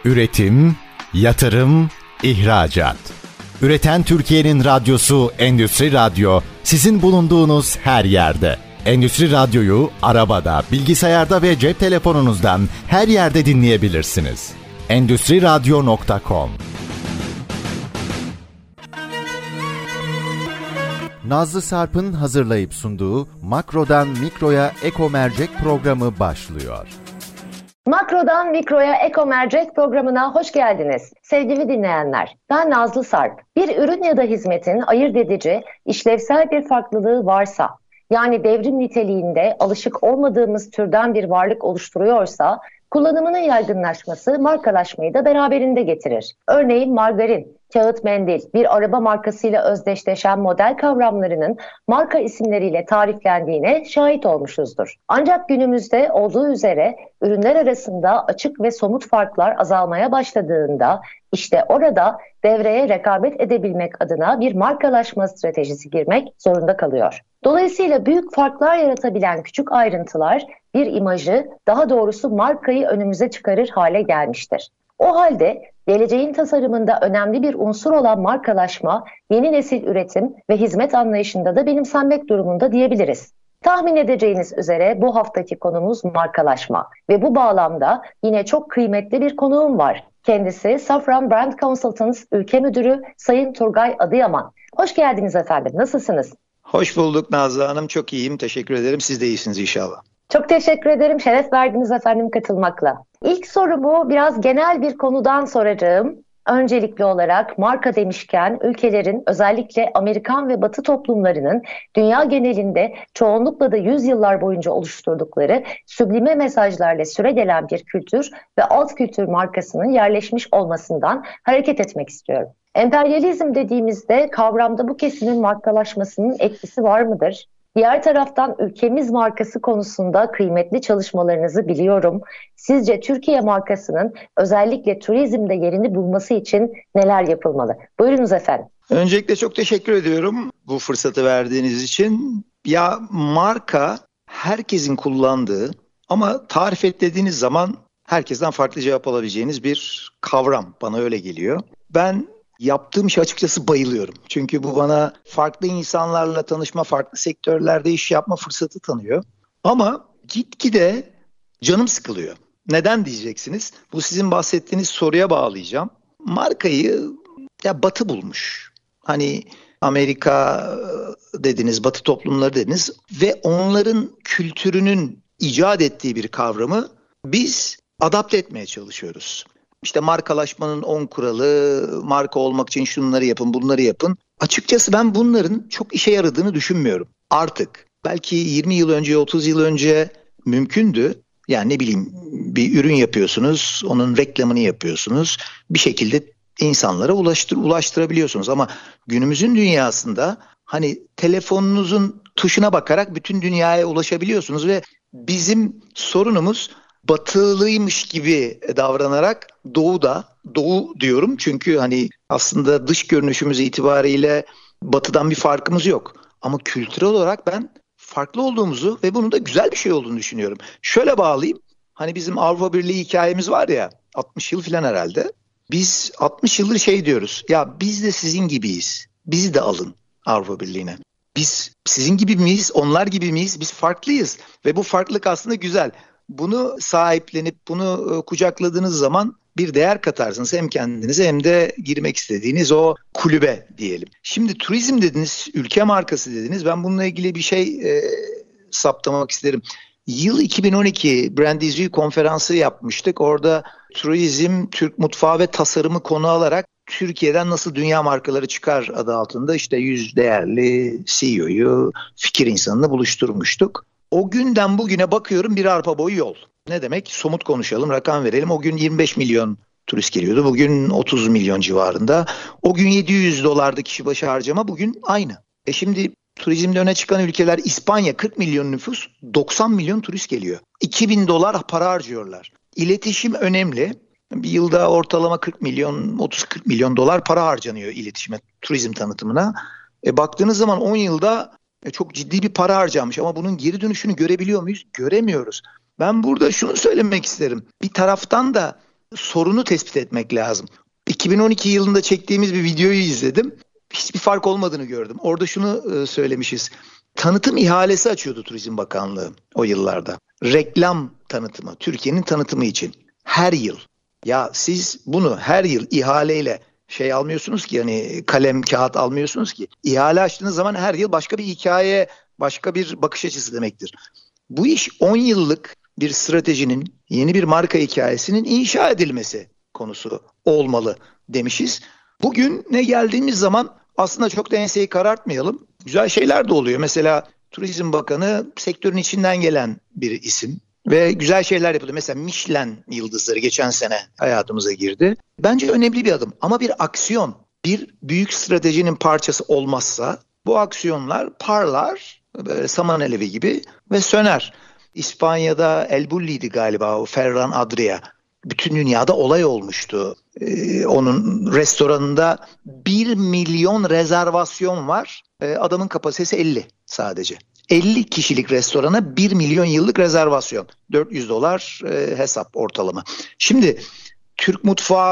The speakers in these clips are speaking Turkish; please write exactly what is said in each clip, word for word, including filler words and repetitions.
Üretim, yatırım, ihracat. Üreten Türkiye'nin radyosu Endüstri Radyo, sizin bulunduğunuz her yerde. Endüstri Radyo'yu arabada, bilgisayarda ve cep telefonunuzdan her yerde dinleyebilirsiniz. endüstri radyo nokta com. Nazlı Sarp'ın hazırlayıp sunduğu Makro'dan Mikro'ya Eko Mercek programı başlıyor. Makro'dan Mikro'ya Eko Mercek programına hoş geldiniz. Sevgili dinleyenler, ben Nazlı Sarp. Bir ürün ya da hizmetin ayırt edici, işlevsel bir farklılığı varsa, yani devrim niteliğinde alışık olmadığımız türden bir varlık oluşturuyorsa, kullanımının yaygınlaşması markalaşmayı da beraberinde getirir. Örneğin margarin, kağıt mendil, bir araba markasıyla özdeşleşen model kavramlarının marka isimleriyle tariflendiğine şahit olmuşuzdur. Ancak günümüzde olduğu üzere ürünler arasında açık ve somut farklar azalmaya başladığında işte orada devreye rekabet edebilmek adına bir markalaşma stratejisi girmek zorunda kalıyor. Dolayısıyla büyük farklar yaratabilen küçük ayrıntılar bir imajı, daha doğrusu markayı önümüze çıkarır hale gelmiştir. O halde geleceğin tasarımında önemli bir unsur olan markalaşma, yeni nesil üretim ve hizmet anlayışında da benimsenmek durumunda diyebiliriz. Tahmin edeceğiniz üzere bu haftaki konumuz markalaşma ve bu bağlamda yine çok kıymetli bir konuğum var. Kendisi Safran Brand Consultants Ülke Müdürü Sayın Turgay Adıyaman. Hoş geldiniz efendim, nasılsınız? Hoş bulduk Nazlı Hanım, çok iyiyim, teşekkür ederim. Siz de iyisiniz inşallah. Çok teşekkür ederim, şeref verdiniz efendim katılmakla. İlk sorumu biraz genel bir konudan soracağım. Öncelikli olarak marka demişken ülkelerin, özellikle Amerikan ve Batı toplumlarının dünya genelinde çoğunlukla da yüzyıllar boyunca oluşturdukları süblime mesajlarla süregelen bir kültür ve alt kültür markasının yerleşmiş olmasından hareket etmek istiyorum. Emperyalizm dediğimizde kavramda bu kesimin markalaşmasının etkisi var mıdır? Diğer taraftan ülkemiz markası konusunda kıymetli çalışmalarınızı biliyorum. Sizce Türkiye markasının özellikle turizmde yerini bulması için neler yapılmalı? Buyurunuz efendim. Öncelikle çok teşekkür ediyorum bu fırsatı verdiğiniz için. Ya marka herkesin kullandığı ama tarif et dediğiniz zaman herkesten farklı cevap alabileceğiniz bir kavram. Bana öyle geliyor. Ben yaptığım işe açıkçası bayılıyorum. Çünkü bu bana farklı insanlarla tanışma, farklı sektörlerde iş yapma fırsatı tanıyor. Ama gitgide canım sıkılıyor. Neden diyeceksiniz? Bu sizin bahsettiğiniz soruya bağlayacağım. Markayı ya Batı bulmuş. Hani Amerika dediniz, Batı toplumları dediniz ve onların kültürünün icat ettiği bir kavramı biz adapte etmeye çalışıyoruz. İşte markalaşmanın on kuralı, marka olmak için şunları yapın, bunları yapın. Açıkçası ben bunların çok işe yaradığını düşünmüyorum. Artık belki yirmi yıl önce, otuz yıl önce mümkündü. Yani ne bileyim bir ürün yapıyorsunuz, onun reklamını yapıyorsunuz. Bir şekilde insanlara ulaştır, ulaştırabiliyorsunuz. Ama günümüzün dünyasında hani telefonunuzun tuşuna bakarak bütün dünyaya ulaşabiliyorsunuz ve bizim sorunumuz batılıymış gibi davranarak doğuda, doğu diyorum çünkü hani aslında dış görünüşümüz itibariyle batıdan bir farkımız yok. Ama kültürel olarak ben farklı olduğumuzu ve bunun da güzel bir şey olduğunu düşünüyorum. Şöyle bağlayayım, hani bizim Avrupa Birliği hikayemiz var ya, altmış yıl falan herhalde. Biz altmış yıldır şey diyoruz, ya biz de sizin gibiyiz, bizi de alın Avrupa Birliği'ne. Biz sizin gibi miyiz, onlar gibi miyiz? Biz farklıyız ve bu farklılık aslında güzel. Bunu sahiplenip bunu kucakladığınız zaman bir değer katarsınız hem kendinize hem de girmek istediğiniz o kulübe diyelim. Şimdi turizm dediniz, ülke markası dediniz. Ben bununla ilgili bir şey e, saptamak isterim. Yıl iki bin on iki Brandizview konferansı yapmıştık. Orada turizm, Türk mutfağı ve tasarımı konu alarak Türkiye'den nasıl dünya markaları çıkar adı altında işte yüz değerli C E O'yu, fikir insanını buluşturmuştuk. O günden bugüne bakıyorum bir arpa boyu yol. Ne demek? Somut konuşalım, rakam verelim. O gün yirmi beş milyon turist geliyordu. Bugün otuz milyon civarında. O gün yedi yüz dolardı kişi başı harcama. Bugün aynı. E şimdi turizmde öne çıkan ülkeler İspanya kırk milyon nüfus, doksan milyon turist geliyor. iki bin dolar para harcıyorlar. İletişim önemli. Bir yılda ortalama kırk milyon, otuz kırk milyon dolar para harcanıyor iletişime, turizm tanıtımına. E baktığınız zaman on yılda e çok ciddi bir para harcanmış ama bunun geri dönüşünü görebiliyor muyuz? Göremiyoruz. Ben burada şunu söylemek isterim. Bir taraftan da sorunu tespit etmek lazım. iki bin on iki yılında çektiğimiz bir videoyu izledim. Hiçbir fark olmadığını gördüm. Orada şunu söylemişiz. Tanıtım ihalesi açıyordu Turizm Bakanlığı o yıllarda. Reklam tanıtımı, Türkiye'nin tanıtımı için. Her yıl. Ya siz bunu her yıl ihaleyle şey almıyorsunuz ki, hani kalem kağıt almıyorsunuz ki. İhale açtığınız zaman her yıl başka bir hikaye, başka bir bakış açısı demektir. Bu iş on yıllık bir stratejinin, yeni bir marka hikayesinin inşa edilmesi konusu olmalı demişiz. Bugüne geldiğimiz zaman aslında çok da enseyi karartmayalım. Güzel şeyler de oluyor. Mesela Turizm Bakanı sektörün içinden gelen bir isim ve güzel şeyler yapıldı. Mesela Michelin yıldızları geçen sene hayatımıza girdi. Bence önemli bir adım ama bir aksiyon, bir büyük stratejinin parçası olmazsa bu aksiyonlar parlar, böyle saman alevi gibi ve söner. İspanya'da El Bulli'ydi galiba, o Ferran Adria. Bütün dünyada olay olmuştu. Ee, onun restoranında bir milyon rezervasyon var. Ee, adamın kapasitesi elli sadece. elli kişilik restorana bir milyon yıllık rezervasyon. dört yüz dolar e, hesap ortalama. Şimdi Türk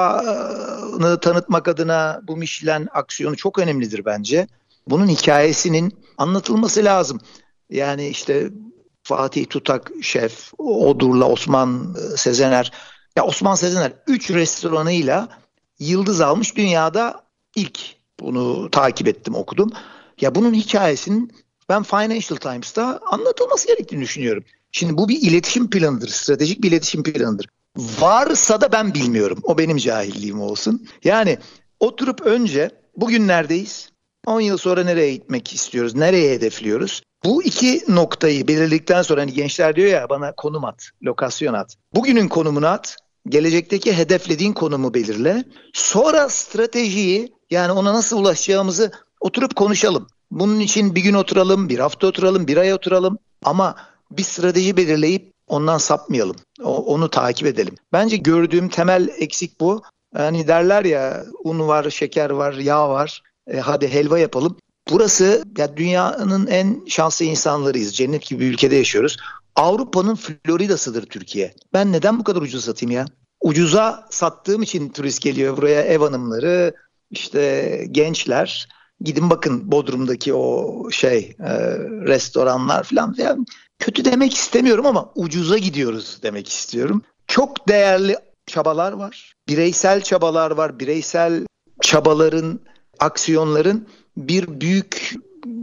mutfağını tanıtmak adına bu Michelin aksiyonu çok önemlidir bence. Bunun hikayesinin anlatılması lazım. Yani işte Fatih Tutak şef, Odur'la Osman Sezener. Ya Osman Sezener üç restoranıyla yıldız almış, dünyada ilk. Bunu takip ettim, okudum. Ya bunun hikayesinin ben Financial Times'ta anlatılması gerektiğini düşünüyorum. Şimdi bu bir iletişim planıdır, stratejik bir iletişim planıdır. Varsa da ben bilmiyorum. O benim cahilliğim olsun. Yani oturup önce bugün neredeyiz? on yıl sonra nereye gitmek istiyoruz? Nereye hedefliyoruz? Bu iki noktayı belirledikten sonra, hani gençler diyor ya bana konum at, lokasyon at. Bugünün konumunu at, gelecekteki hedeflediğin konumu belirle. Sonra stratejiyi, yani ona nasıl ulaşacağımızı oturup konuşalım. Bunun için bir gün oturalım, bir hafta oturalım, bir ay oturalım. Ama bir strateji belirleyip ondan sapmayalım. O, onu takip edelim. Bence gördüğüm temel eksik bu. Yani derler ya, un var, şeker var, yağ var. E, hadi helva yapalım. Burası ya dünyanın en şanslı insanlarıyız. Cennet gibi bir ülkede yaşıyoruz. Avrupa'nın Florida'sıdır Türkiye. Ben neden bu kadar ucuz satayım ya? Ucuza sattığım için turist geliyor buraya, ev hanımları, işte gençler. Gidin bakın Bodrum'daki o şey e, restoranlar falan. Yani kötü demek istemiyorum ama ucuza gidiyoruz demek istiyorum. Çok değerli çabalar var. Bireysel çabalar var. Bireysel çabaların, aksiyonların bir büyük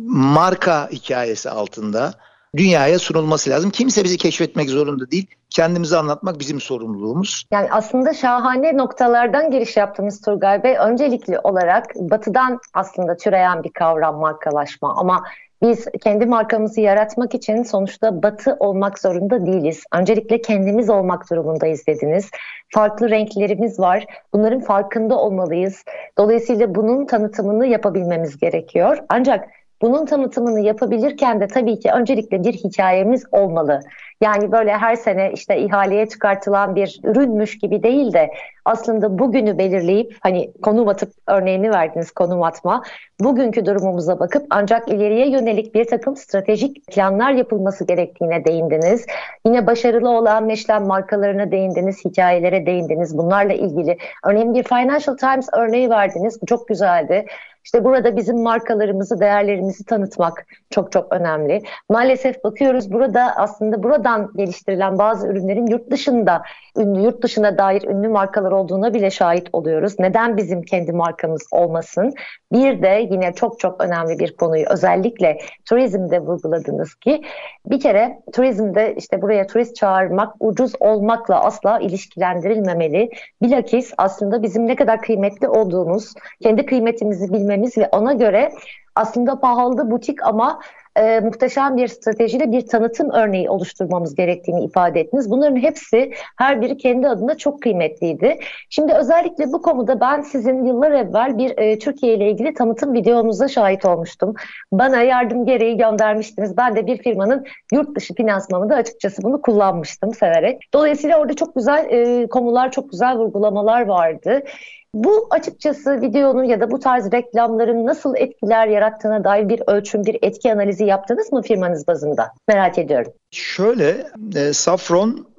marka hikayesi altında dünyaya sunulması lazım. Kimse bizi keşfetmek zorunda değil. Kendimizi anlatmak bizim sorumluluğumuz. Yani aslında şahane noktalardan giriş yaptığımız Turgay Bey, öncelikli olarak Batı'dan aslında türeyen bir kavram markalaşma, ama biz kendi markamızı yaratmak için sonuçta Batı olmak zorunda değiliz. Öncelikle kendimiz olmak durumundayız dediniz. Farklı renklerimiz var. Bunların farkında olmalıyız. Dolayısıyla bunun tanıtımını yapabilmemiz gerekiyor. Ancak bunun tanıtımını yapabilirken de tabii ki öncelikle bir hikayemiz olmalı. Yani böyle her sene işte ihaleye çıkartılan bir ürünmüş gibi değil de aslında bugünü belirleyip, hani konum atıp örneğini verdiniz, konum atma. Bugünkü durumumuza bakıp ancak ileriye yönelik bir takım stratejik planlar yapılması gerektiğine değindiniz. Yine başarılı olan Michelin markalarına değindiniz, hikayelere değindiniz. Bunlarla ilgili örneğin bir Financial Times örneği verdiniz. Bu çok güzeldi. İşte burada bizim markalarımızı, değerlerimizi tanıtmak çok çok önemli. Maalesef bakıyoruz burada aslında buradan geliştirilen bazı ürünlerin yurt dışında ünlü, yurt dışına dair ünlü markalar olduğuna bile şahit oluyoruz. Neden bizim kendi markamız olmasın? Bir de yine çok çok önemli bir konuyu özellikle turizmde vurguladınız ki bir kere turizmde işte buraya turist çağırmak ucuz olmakla asla ilişkilendirilmemeli. Bilakis aslında bizim ne kadar kıymetli olduğumuz, kendi kıymetimizi bilmemiz ve ona göre aslında pahalı butik ama e, muhteşem bir stratejiyle bir tanıtım örneği oluşturmamız gerektiğini ifade ettiniz. Bunların hepsi her biri kendi adına çok kıymetliydi. Şimdi özellikle bu konuda ben sizin yıllar evvel bir e, Türkiye ile ilgili tanıtım videonuza şahit olmuştum. Bana yardım gereği göndermiştiniz. Ben de bir firmanın yurt dışı finansmanında açıkçası bunu kullanmıştım severek. Dolayısıyla orada çok güzel e, konular, çok güzel vurgulamalar vardı. Bu açıkçası videonun ya da bu tarz reklamların nasıl etkiler yarattığına dair bir ölçüm, bir etki analizi yaptınız mı firmanız bazında? Merak ediyorum. Şöyle, e, Safron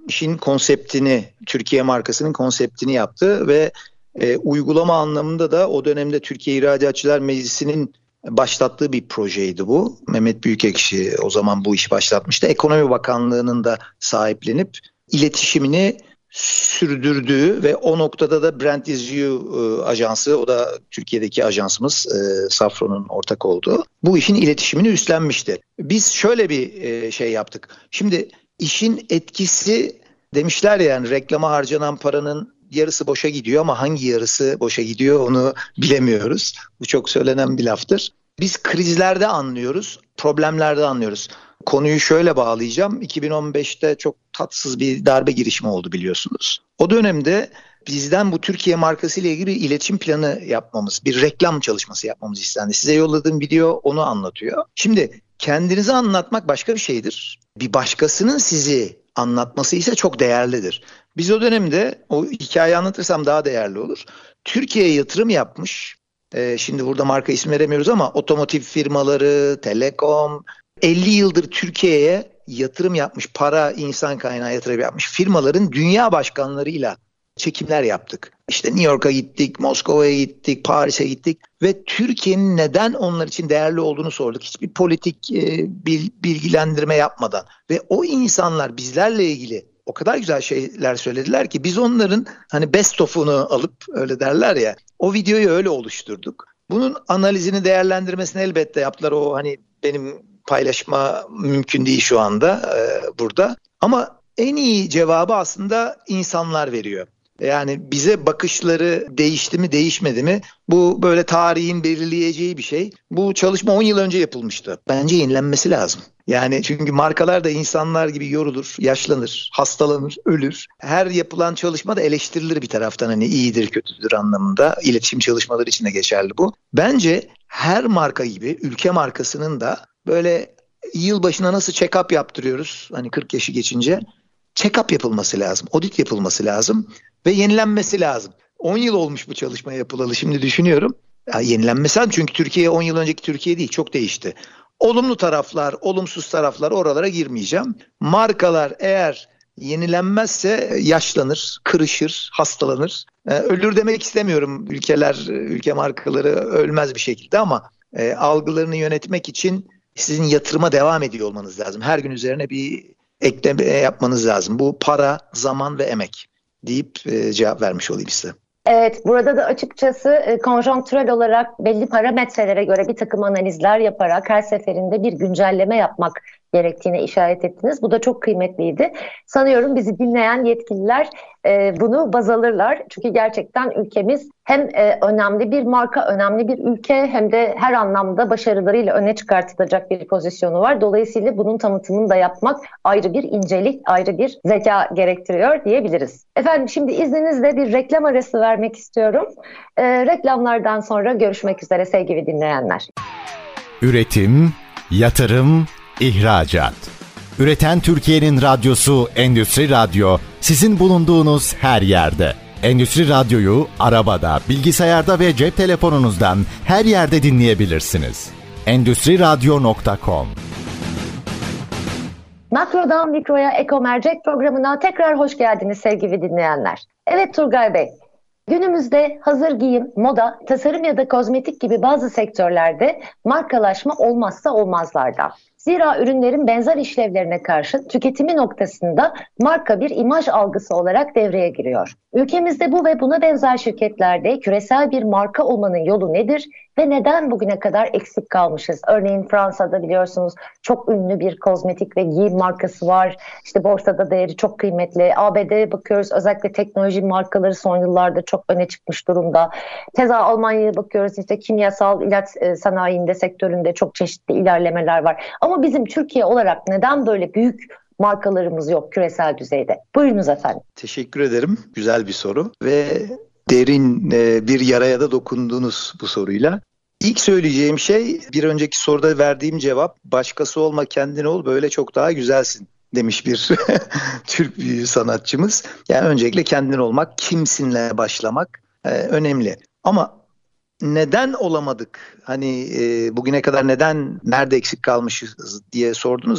işin konseptini, Türkiye markasının konseptini yaptı ve e, uygulama anlamında da o dönemde Türkiye İhracatçılar Meclisi'nin başlattığı bir projeydi bu. Mehmet Büyükekşi o zaman bu işi başlatmıştı. Ekonomi Bakanlığı'nın da sahiplenip iletişimini sürdürdüğü ve o noktada da Brand Is You e, ajansı, o da Türkiye'deki ajansımız, e, Safron'un ortak olduğu, bu işin iletişimini üstlenmişti. Biz şöyle bir e, şey yaptık. Şimdi işin etkisi demişler ya, yani reklama harcanan paranın yarısı boşa gidiyor ama hangi yarısı boşa gidiyor onu bilemiyoruz. Bu çok söylenen bir laftır. Biz krizlerde anlıyoruz, problemlerde anlıyoruz. Konuyu şöyle bağlayacağım. iki bin on beşte çok tatsız bir darbe girişimi oldu biliyorsunuz. O dönemde bizden bu Türkiye markası ile ilgili bir iletişim planı yapmamız, bir reklam çalışması yapmamız istendi. Size yolladığım video onu anlatıyor. Şimdi kendinizi anlatmak başka bir şeydir. Bir başkasının sizi anlatması ise çok değerlidir. Biz o dönemde, o hikayeyi anlatırsam daha değerli olur, Türkiye'ye yatırım yapmış, e, şimdi burada marka ismi veremiyoruz ama otomotiv firmaları, telekom, elli yıldır Türkiye'ye yatırım yapmış, para, insan kaynağı yatırım yapmış firmaların dünya başkanlarıyla çekimler yaptık. İşte New York'a gittik, Moskova'ya gittik, Paris'e gittik ve Türkiye'nin neden onlar için değerli olduğunu sorduk. Hiçbir politik e, bilgilendirme yapmadan ve o insanlar bizlerle ilgili o kadar güzel şeyler söylediler ki biz onların hani best of'unu alıp, öyle derler ya, o videoyu öyle oluşturduk. Bunun analizini, değerlendirmesini elbette yaptılar. O hani benim paylaşma mümkün değil şu anda e, burada. Ama en iyi cevabı aslında insanlar veriyor. Yani bize bakışları değişti mi değişmedi mi, bu böyle tarihin belirleyeceği bir şey. Bu çalışma on yıl önce yapılmıştı. Bence yenilenmesi lazım. Yani çünkü markalar da insanlar gibi yorulur, yaşlanır, hastalanır, ölür. Her yapılan çalışma da eleştirilir bir taraftan, hani iyidir kötüdür anlamında. İletişim çalışmaları için de geçerli bu. Bence her marka gibi ülke markasının da böyle yılbaşına nasıl check-up yaptırıyoruz hani kırk yaşı geçince, check-up yapılması lazım, audit yapılması lazım ve yenilenmesi lazım. on yıl olmuş bu çalışma yapılalı, şimdi düşünüyorum. Ya yenilenmesi lazım çünkü Türkiye on yıl önceki Türkiye değil, çok değişti. Olumlu taraflar, olumsuz taraflar, oralara girmeyeceğim. Markalar eğer yenilenmezse yaşlanır, kırışır, hastalanır. Ee, ölür demek istemiyorum. Ülkeler, ülke markaları ölmez bir şekilde ama e, algılarını yönetmek için sizin yatırıma devam ediyor olmanız lazım. Her gün üzerine bir ekleme yapmanız lazım. Bu para, zaman ve emek deyip e, cevap vermiş olayım size. Evet, burada da açıkçası e, konjonktürel olarak belli parametrelere göre bir takım analizler yaparak her seferinde bir güncelleme yapmak gerektiğine işaret ettiniz. Bu da çok kıymetliydi. Sanıyorum bizi dinleyen yetkililer e, bunu baz alırlar. Çünkü gerçekten ülkemiz hem e, önemli bir marka, önemli bir ülke, hem de her anlamda başarılarıyla öne çıkartılacak bir pozisyonu var. Dolayısıyla bunun tanıtımını da yapmak ayrı bir incelik, ayrı bir zeka gerektiriyor diyebiliriz. Efendim, şimdi izninizle bir reklam arası vermek istiyorum. E, reklamlardan sonra görüşmek üzere sevgili dinleyenler. Üretim, yatırım, ihracat. Üreten Türkiye'nin radyosu Endüstri Radyo, sizin bulunduğunuz her yerde. Endüstri Radyo'yu arabada, bilgisayarda ve cep telefonunuzdan her yerde dinleyebilirsiniz. endüstri radyo nokta com. Makrodan Mikro'ya Eko Mercek programına tekrar hoş geldiniz sevgili dinleyenler. Evet Turgay Bey, günümüzde hazır giyim, moda, tasarım ya da kozmetik gibi bazı sektörlerde markalaşma olmazsa olmazlardan. Zira ürünlerin benzer işlevlerine karşı tüketimi noktasında marka bir imaj algısı olarak devreye giriyor. Ülkemizde bu ve buna benzer şirketlerde küresel bir marka olmanın yolu nedir ve neden bugüne kadar eksik kalmışız? Örneğin Fransa'da biliyorsunuz çok ünlü bir kozmetik ve giyim markası var. İşte borsada değeri çok kıymetli. A B D'ye bakıyoruz, özellikle teknoloji markaları son yıllarda çok öne çıkmış durumda. Keza Almanya'ya bakıyoruz, işte kimyasal ilaç sanayinde, sektöründe çok çeşitli ilerlemeler var. Ama bizim Türkiye olarak neden böyle büyük markalarımız yok küresel düzeyde? Buyurunuz efendim. Teşekkür ederim. Güzel bir soru ve derin bir yaraya da dokundunuz bu soruyla. İlk söyleyeceğim şey, bir önceki soruda verdiğim cevap, başkası olma kendin ol böyle çok daha güzelsin demiş bir Türk bir sanatçımız. Yani öncelikle kendin olmak, kimsinle başlamak e, önemli. Ama neden olamadık? Hani e, bugüne kadar neden, nerede eksik kalmışız diye sordunuz ya.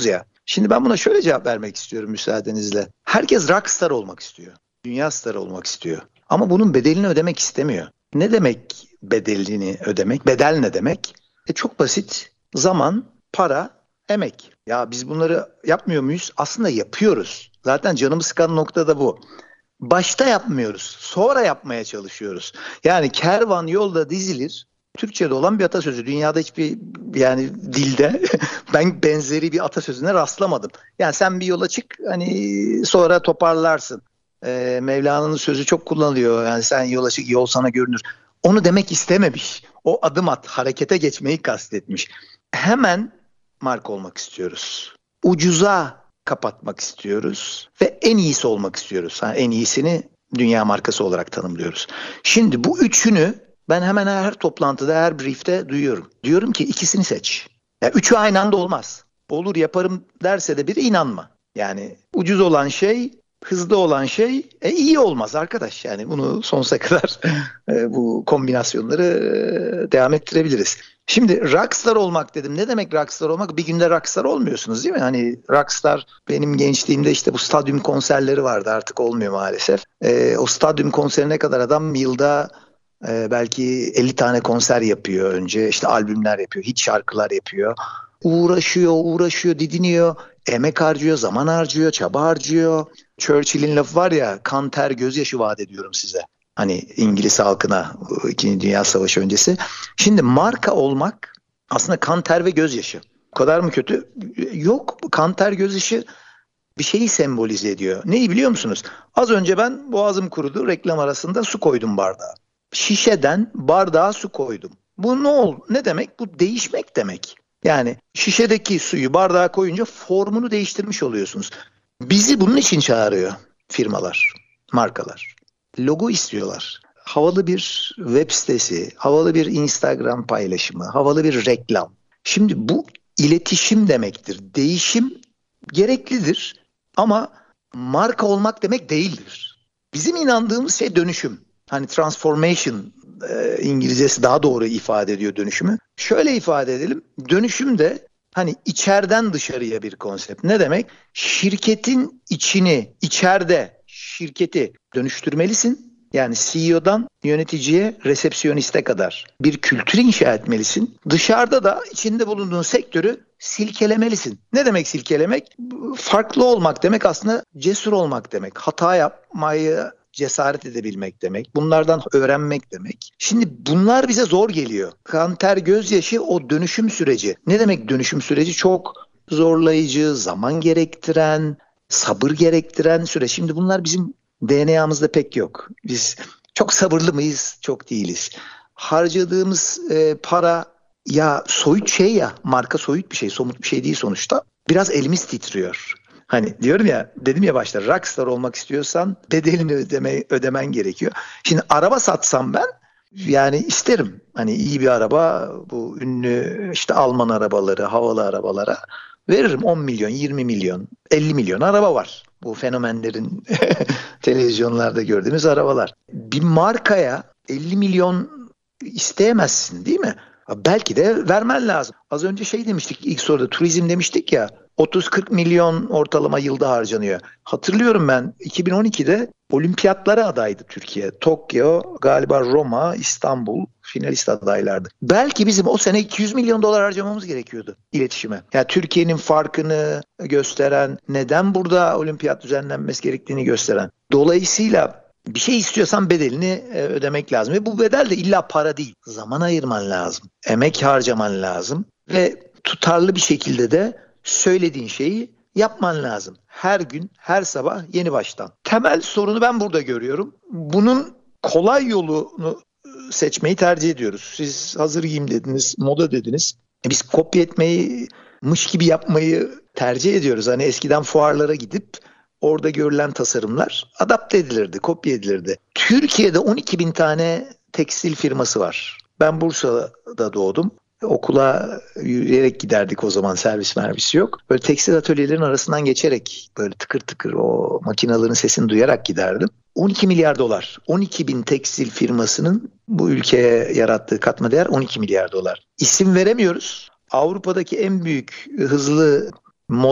Şimdi ben buna şöyle cevap vermek istiyorum müsaadenizle. Herkes rockstar olmak istiyor. Dünya starı olmak istiyor. Ama bunun bedelini ödemek istemiyor. Ne demek bedelini ödemek? Bedel ne demek? E çok basit. Zaman, para, emek. Ya biz bunları yapmıyor muyuz? Aslında yapıyoruz. Zaten canımı sıkan nokta da bu. Başta yapmıyoruz. Sonra yapmaya çalışıyoruz. Yani kervan yolda dizilir. Türkçe'de olan bir atasözü. Dünyada hiçbir yani dilde ben benzeri bir atasözüne rastlamadım. Yani sen bir yola çık, hani sonra toparlarsın. Ee, Mevlana'nın sözü çok kullanılıyor. Yani sen yola çık, yol sana görünür. Onu demek istememiş. O adım at, harekete geçmeyi kastetmiş. Hemen marka olmak istiyoruz. Ucuza kapatmak istiyoruz ve en iyisi olmak istiyoruz. Yani en iyisini dünya markası olarak tanımlıyoruz. Şimdi bu üçünü ben hemen her toplantıda, her briefte duyuyorum. Diyorum ki ikisini seç. Ya üçü aynı anda olmaz. Olur yaparım derse de biri inanma. Yani ucuz olan şey, hızlı olan şey e, iyi olmaz arkadaş. Yani bunu sonsuza kadar e, bu kombinasyonları e, devam ettirebiliriz. Şimdi rockstar olmak dedim. Ne demek rockstar olmak? Bir günde rockstar olmuyorsunuz değil mi? Hani rockstar benim gençliğimde işte bu stadyum konserleri vardı, artık olmuyor maalesef. E, o stadyum konserine kadar adam yılda e, belki elli tane konser yapıyor önce. İşte albümler yapıyor, hit şarkılar yapıyor. Uğraşıyor, uğraşıyor, didiniyor. Emek harcıyor, zaman harcıyor, çaba harcıyor. Churchill'in lafı var ya, kan ter gözyaşı vaat ediyorum size. Hani İngiliz halkına İkinci Dünya Savaşı öncesi. Şimdi marka olmak aslında kan ter ve gözyaşı. O kadar mı kötü? Yok, kan ter gözyaşı bir şeyi sembolize ediyor. Neyi biliyor musunuz? Az önce ben boğazım kurudu, reklam arasında su koydum bardağa. Şişeden bardağa su koydum. Bu ne oldu? Ne demek? Bu değişmek demek. Yani şişedeki suyu bardağa koyunca formunu değiştirmiş oluyorsunuz. Bizi bunun için çağırıyor firmalar, markalar. Logo istiyorlar. Havalı bir web sitesi, havalı bir Instagram paylaşımı, havalı bir reklam. Şimdi bu iletişim demektir. Değişim gereklidir ama marka olmak demek değildir. Bizim inandığımız şey dönüşüm. Hani transformation e, İngilizcesi daha doğru ifade ediyor dönüşümü. Şöyle ifade edelim. Dönüşüm de hani içeriden dışarıya bir konsept. Ne demek? Şirketin içini, içeride şirketi dönüştürmelisin. Yani C E O'dan yöneticiye, resepsiyoniste kadar bir kültür inşa etmelisin. Dışarıda da içinde bulunduğun sektörü silkelemelisin. Ne demek silkelemek? Farklı olmak demek, aslında cesur olmak demek. Hata yapmayı cesaret edebilmek demek. Bunlardan öğrenmek demek. Şimdi bunlar bize zor geliyor. Kan, ter, gözyaşı o dönüşüm süreci. Ne demek dönüşüm süreci? Çok zorlayıcı, zaman gerektiren, sabır gerektiren süreç. Şimdi bunlar bizim D N A'mızda pek yok. Biz çok sabırlı mıyız? Çok değiliz. Harcadığımız e, para ya soyut şey ya, marka soyut bir şey, somut bir şey değil sonuçta. Biraz elimiz titriyor. Hani diyorum ya, dedim ya başta, rockstar olmak istiyorsan bedelini ödeme, ödemen gerekiyor. Şimdi araba satsam ben, yani isterim. Hani iyi bir araba, bu ünlü işte Alman arabaları, havalı arabalara veririm on milyon, yirmi milyon, elli milyon araba var. Bu fenomenlerin televizyonlarda gördüğümüz arabalar. Bir markaya elli milyon isteyemezsin değil mi? Belki de vermen lazım. Az önce şey demiştik ilk soruda, turizm demiştik ya, otuz kırk milyon ortalama yılda harcanıyor. Hatırlıyorum ben iki bin on ikide olimpiyatlara adaydı Türkiye. Tokyo, galiba Roma, İstanbul finalist adaylardı. Belki bizim o sene iki yüz milyon dolar harcamamız gerekiyordu iletişime. Yani Türkiye'nin farkını gösteren, neden burada olimpiyat düzenlenmesi gerektiğini gösteren. Dolayısıyla bir şey istiyorsan bedelini ödemek lazım. Ve bu bedel de illa para değil. Zaman ayırman lazım. Emek harcaman lazım. Ve tutarlı bir şekilde de söylediğin şeyi yapman lazım. Her gün, her sabah yeni baştan. Temel sorunu ben burada görüyorum. Bunun kolay yolunu seçmeyi tercih ediyoruz. Siz hazır giyim dediniz, moda dediniz. Biz kopya etmeyi, mış gibi yapmayı tercih ediyoruz. Hani eskiden fuarlara gidip orada görülen tasarımlar adapte edilirdi, kopya edilirdi. Türkiye'de on iki bin tane tekstil firması var. Ben Bursa'da doğdum. Okula yürüyerek giderdik o zaman, servis mervisi yok. Böyle tekstil atölyelerin arasından geçerek böyle tıkır tıkır o makinelerin sesini duyarak giderdim. on iki milyar dolar. on iki bin tekstil firmasının bu ülkeye yarattığı katma değer on iki milyar dolar. İsim veremiyoruz. Avrupa'daki en büyük hızlı moda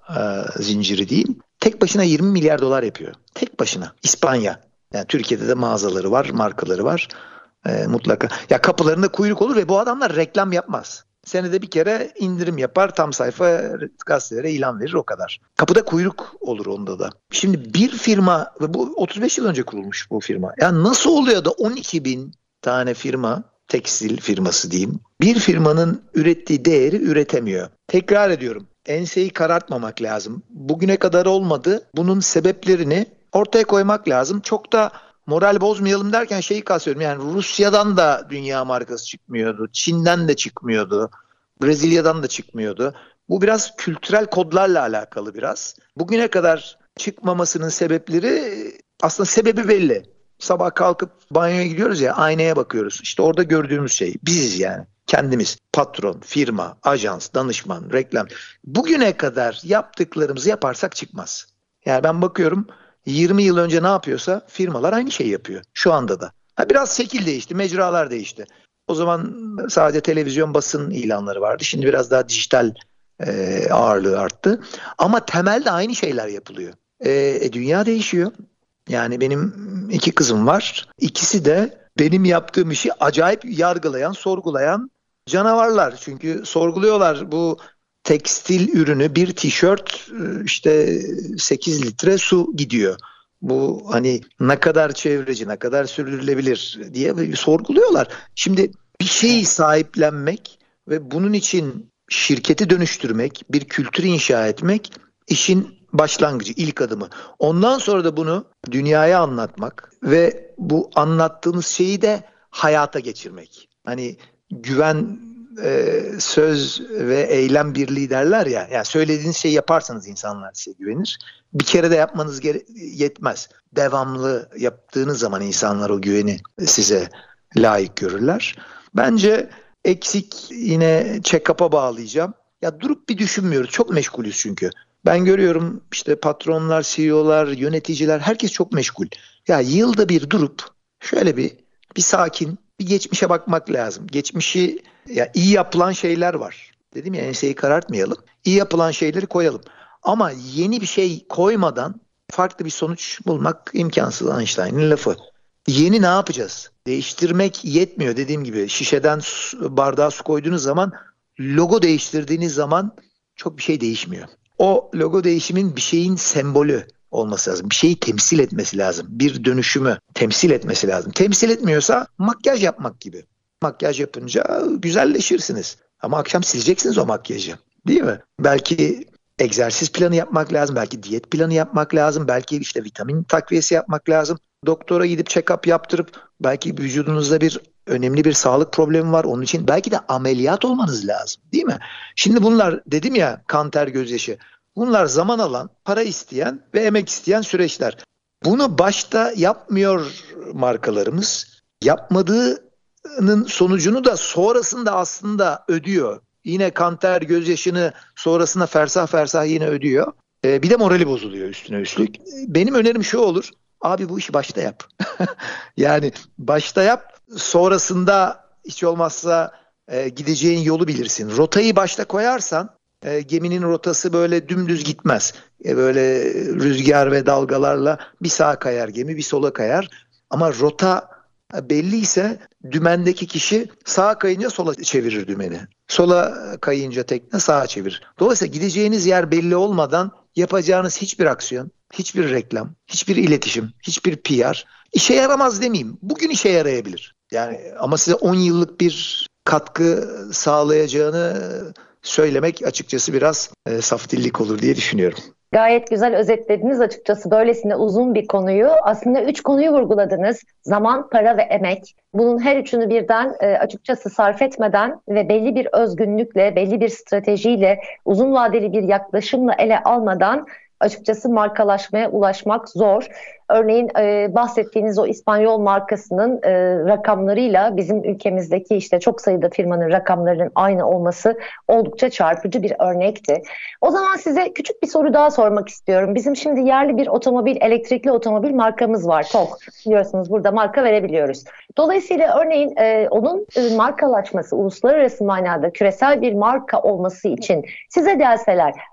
e, zinciri diyeyim. Tek başına yirmi milyar dolar yapıyor. Tek başına. İspanya. Yani Türkiye'de de mağazaları var, markaları var. E, mutlaka. Ya kapılarında kuyruk olur ve bu adamlar reklam yapmaz. Senede bir kere indirim yapar, tam sayfa gazetelere ilan verir, o kadar. Kapıda kuyruk olur onda da. Şimdi bir firma, ve bu otuz beş yıl önce kurulmuş bu firma. Yani nasıl oluyor da on iki bin tane firma, tekstil firması diyeyim, bir firmanın ürettiği değeri üretemiyor? Tekrar ediyorum, enseyi karartmamak lazım. Bugüne kadar olmadı. Bunun sebeplerini ortaya koymak lazım. Çok da moral bozmayalım derken şeyi kastediyorum. Yani Rusya'dan da dünya markası çıkmıyordu. Çin'den de çıkmıyordu. Brezilya'dan da çıkmıyordu. Bu biraz kültürel kodlarla alakalı biraz. Bugüne kadar çıkmamasının sebepleri, aslında sebebi belli. Sabah kalkıp banyoya gidiyoruz ya, aynaya bakıyoruz. İşte orada gördüğümüz şey biziz yani. Kendimiz, patron, firma, ajans, danışman, reklam. Bugüne kadar yaptıklarımızı yaparsak çıkmaz. Yani ben bakıyorum, yirmi yıl önce ne yapıyorsa firmalar aynı şeyi yapıyor. Şu anda da. Ha, biraz şekil değişti, mecralar değişti. O zaman sadece televizyon, basın ilanları vardı. Şimdi biraz daha dijital e, ağırlığı arttı. Ama temelde aynı şeyler yapılıyor. E, e, dünya değişiyor. Yani benim iki kızım var. İkisi de benim yaptığım işi acayip yargılayan, sorgulayan canavarlar. Çünkü sorguluyorlar, bu tekstil ürünü, bir tişört işte sekiz litre su gidiyor. Bu hani ne kadar çevreci, ne kadar sürdürülebilir diye sorguluyorlar. Şimdi bir şeyi sahiplenmek ve bunun için şirketi dönüştürmek, bir kültür inşa etmek işin başlangıcı, ilk adımı. Ondan sonra da bunu dünyaya anlatmak ve bu anlattığımız şeyi de hayata geçirmek. Hani güven, e, söz ve eylem birliği derler ya. Yani söylediğiniz şeyi yaparsanız insanlar size güvenir. Bir kere de yapmanız gere- yetmez. Devamlı yaptığınız zaman insanlar o güveni size layık görürler. Bence eksik, yine check-up'a bağlayacağım. Ya durup bir düşünmüyoruz. Çok meşgulüz çünkü. Ben görüyorum işte patronlar, C E O'lar, yöneticiler, herkes çok meşgul. Ya yılda bir durup şöyle bir bir sakin, bir geçmişe bakmak lazım. Geçmişi, ya iyi yapılan şeyler var. Dedim ya, enseyi karartmayalım. İyi yapılan şeyleri koyalım. Ama yeni bir şey koymadan farklı bir sonuç bulmak imkansız, Einstein'ın lafı. Yeni ne yapacağız? Değiştirmek yetmiyor, dediğim gibi. Şişeden su, bardağa su koyduğunuz zaman, logo değiştirdiğiniz zaman çok bir şey değişmiyor. O logo değişimin bir şeyin sembolü olması lazım. Bir şeyi temsil etmesi lazım. Bir dönüşümü temsil etmesi lazım. Temsil etmiyorsa makyaj yapmak gibi. Makyaj yapınca güzelleşirsiniz. Ama akşam sileceksiniz o makyajı. Değil mi? Belki egzersiz planı yapmak lazım. Belki diyet planı yapmak lazım. Belki işte vitamin takviyesi yapmak lazım. Doktora gidip check-up yaptırıp, belki vücudunuzda bir önemli bir sağlık problemi var. Onun için belki de ameliyat olmanız lazım. Değil mi? Şimdi bunlar, dedim ya, kan, ter, gözyaşı. Bunlar zaman alan, para isteyen ve emek isteyen süreçler. Bunu başta yapmıyor markalarımız. Yapmadığının sonucunu da sonrasında aslında ödüyor. Yine kan, ter, gözyaşını sonrasında fersah fersah yine ödüyor. Ee, bir de morali bozuluyor üstüne üstlük. Benim önerim şu olur. Abi bu işi başta yap. Yani başta yap, sonrasında hiç olmazsa e, gideceğin yolu bilirsin. Rotayı başta koyarsan e, geminin rotası böyle dümdüz gitmez. E, böyle rüzgar ve dalgalarla bir sağa kayar gemi, bir sola kayar. Ama rota belliyse dümendeki kişi sağa kayınca sola çevirir dümeni. Sola kayınca tekne sağa çevirir. Dolayısıyla gideceğiniz yer belli olmadan yapacağınız hiçbir aksiyon, hiçbir reklam, hiçbir iletişim, hiçbir P R işe yaramaz demeyeyim. Bugün işe yarayabilir. Yani ama size on yıllık bir katkı sağlayacağını söylemek açıkçası biraz e, saftillik olur diye düşünüyorum. Gayet güzel özetlediniz açıkçası böylesine uzun bir konuyu. Aslında üç konuyu vurguladınız. Zaman, para ve emek. Bunun her üçünü birden e, açıkçası sarf etmeden ve belli bir özgünlükle, belli bir stratejiyle, uzun vadeli bir yaklaşımla ele almadan açıkçası markalaşmaya ulaşmak zor. Örneğin e, bahsettiğiniz o İspanyol markasının e, rakamlarıyla bizim ülkemizdeki işte çok sayıda firmanın rakamlarının aynı olması oldukça çarpıcı bir örnekti. O zaman size küçük bir soru daha sormak istiyorum. Bizim şimdi yerli bir otomobil, elektrikli otomobil markamız var. T O G. Biliyorsunuz burada marka verebiliyoruz. Dolayısıyla örneğin e, onun e, markalaşması, uluslararası manada küresel bir marka olması için size gelseler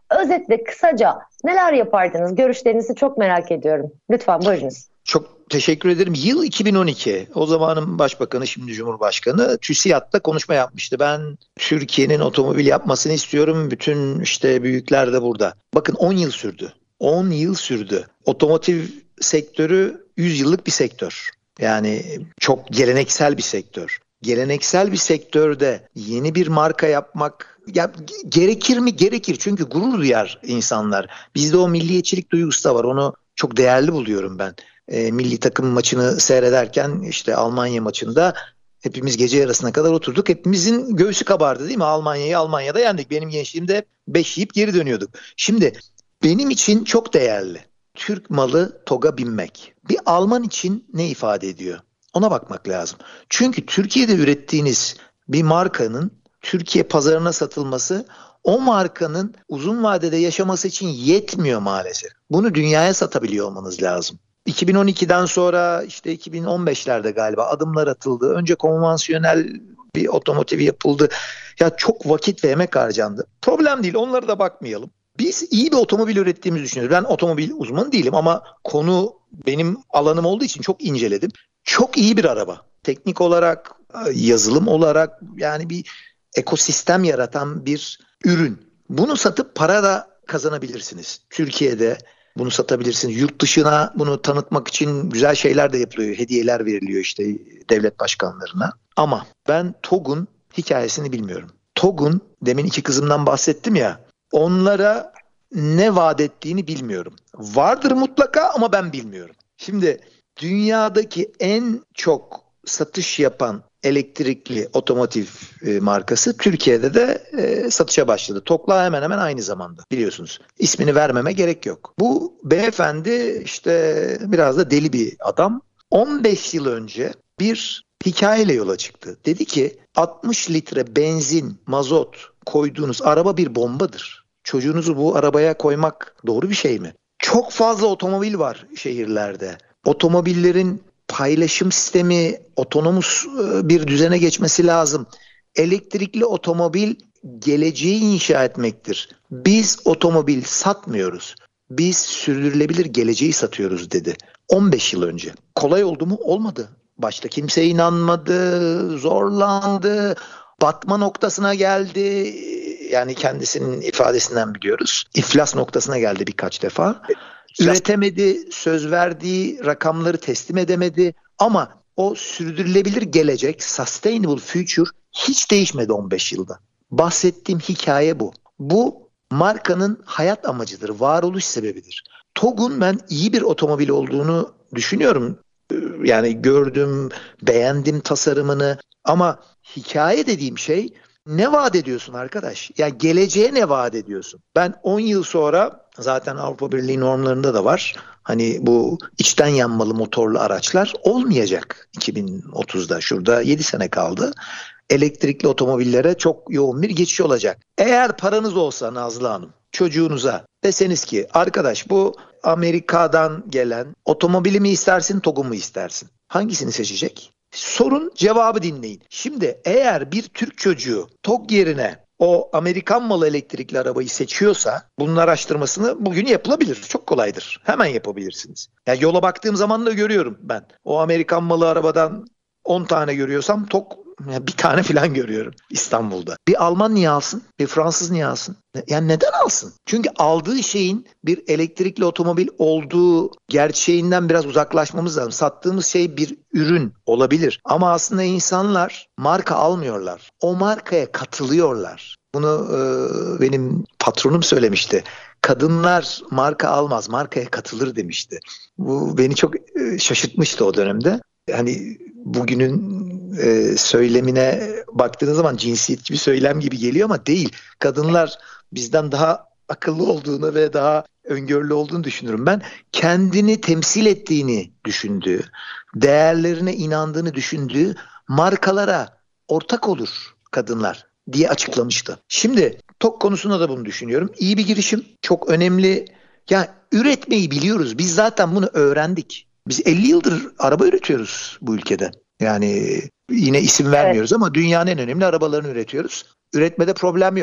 Özetle kısaca neler yapardınız? Görüşlerinizi çok merak ediyorum. Lütfen buyurunuz. Çok teşekkür ederim. Yıl iki bin on iki. O zamanın başbakanı, şimdi Cumhurbaşkanı TÜSİAD'da konuşma yapmıştı. Ben Türkiye'nin otomobil yapmasını istiyorum. Bütün işte büyükler de burada. Bakın on yıl sürdü. on yıl sürdü. Otomotiv sektörü yüz yıllık bir sektör. Yani çok geleneksel bir sektör. Geleneksel bir sektörde yeni bir marka yapmak ya gerekir mi? Gerekir. Çünkü gurur duyar insanlar. Bizde o milliyetçilik duygusu da var. Onu çok değerli buluyorum ben. E, milli takım maçını seyrederken işte Almanya maçında hepimiz gece yarısına kadar oturduk. Hepimizin göğsü kabardı değil mi? Almanya'yı Almanya'da yendik. Benim gençliğimde beş yiyip geri dönüyorduk. Şimdi benim için çok değerli. Türk malı TOG'a binmek. Bir Alman için ne ifade ediyor? Ona bakmak lazım. Çünkü Türkiye'de ürettiğiniz bir markanın Türkiye pazarına satılması o markanın uzun vadede yaşaması için yetmiyor maalesef. Bunu dünyaya satabiliyor olmanız lazım. iki bin on ikiden sonra işte iki bin on beşlerde galiba adımlar atıldı. Önce konvansiyonel bir otomotiv yapıldı. Ya çok vakit ve emek harcandı. Problem değil, onlara da bakmayalım. Biz iyi bir otomobil ürettiğimizi düşünüyoruz. Ben otomobil uzmanı değilim ama konu benim alanım olduğu için çok inceledim. Çok iyi bir araba. Teknik olarak, yazılım olarak yani bir ekosistem yaratan bir ürün. Bunu satıp para da kazanabilirsiniz. Türkiye'de bunu satabilirsiniz. Yurt dışına bunu tanıtmak için güzel şeyler de yapılıyor. Hediyeler veriliyor işte devlet başkanlarına. Ama ben TOG'un hikayesini bilmiyorum. TOG'un demin iki kızımdan bahsettim ya. Onlara ne vaat ettiğini bilmiyorum. Vardır mutlaka ama ben bilmiyorum. Şimdi dünyadaki en çok satış yapan elektrikli otomotiv e, markası Türkiye'de de e, satışa başladı. TOG'la hemen hemen aynı zamanda biliyorsunuz. İsmini vermeme gerek yok. Bu beyefendi işte biraz da deli bir adam. on beş yıl önce bir hikayeyle yola çıktı. Dedi ki altmış litre benzin, mazot koyduğunuz araba bir bombadır. Çocuğunuzu bu arabaya koymak doğru bir şey mi? Çok fazla otomobil var şehirlerde. Otomobillerin paylaşım sistemi, otonomus bir düzene geçmesi lazım. Elektrikli otomobil geleceği inşa etmektir. Biz otomobil satmıyoruz. Biz sürdürülebilir geleceği satıyoruz dedi. on beş yıl önce. Kolay oldu mu? Olmadı. Başta kimse inanmadı, zorlandı, batma noktasına geldi. Yani kendisinin ifadesinden biliyoruz. İflas noktasına geldi birkaç defa. Üretemedi, söz verdiği rakamları teslim edemedi. Ama o sürdürülebilir gelecek, sustainable future hiç değişmedi on beş yılda. Bahsettiğim hikaye bu. Bu markanın hayat amacıdır, varoluş sebebidir. TOG'un ben iyi bir otomobil olduğunu düşünüyorum. Yani gördüm, beğendim tasarımını ama hikaye dediğim şey ne vaat ediyorsun arkadaş? Yani geleceğe ne vaat ediyorsun? Ben on yıl sonra zaten Avrupa Birliği normlarında da var. Hani bu içten yanmalı motorlu araçlar olmayacak iki bin otuzda. Şurada yedi sene kaldı. Elektrikli otomobillere çok yoğun bir geçiş olacak. Eğer paranız olsa Nazlı Hanım, çocuğunuza deseniz ki arkadaş bu Amerika'dan gelen otomobili mi istersin, TOG'u mu istersin? Hangisini seçecek? Sorun, cevabı dinleyin. Şimdi eğer bir Türk çocuğu TOG yerine o Amerikan malı elektrikli arabayı seçiyorsa bunun araştırmasını bugün yapılabilir. Çok kolaydır. Hemen yapabilirsiniz. Yani yola baktığım zaman da görüyorum ben. O Amerikan malı arabadan on tane görüyorsam TOG bir tane falan görüyorum İstanbul'da. Bir Alman niye alsın? Bir Fransız niye alsın? Yani neden alsın? Çünkü aldığı şeyin bir elektrikli otomobil olduğu gerçeğinden biraz uzaklaşmamız lazım. Sattığımız şey bir ürün olabilir. Ama aslında insanlar marka almıyorlar. O markaya katılıyorlar. Bunu e, benim patronum söylemişti. Kadınlar marka almaz, markaya katılır demişti. Bu beni çok e, şaşırtmıştı o dönemde. Hani bugünün e, söylemine baktığınız zaman cinsiyetçi bir söylem gibi geliyor ama değil. Kadınlar bizden daha akıllı olduğunu ve daha öngörülü olduğunu düşünürüm ben. Kendini temsil ettiğini düşündüğü, değerlerine inandığını düşündüğü markalara ortak olur kadınlar diye açıklamıştı. Şimdi TOG konusunda da bunu düşünüyorum. İyi bir girişim, çok önemli. Ya üretmeyi biliyoruz. Biz zaten bunu öğrendik. Biz elli yıldır araba üretiyoruz bu ülkede. Yani yine isim vermiyoruz evet. Ama dünyanın en önemli arabalarını üretiyoruz. Üretmede problem yok.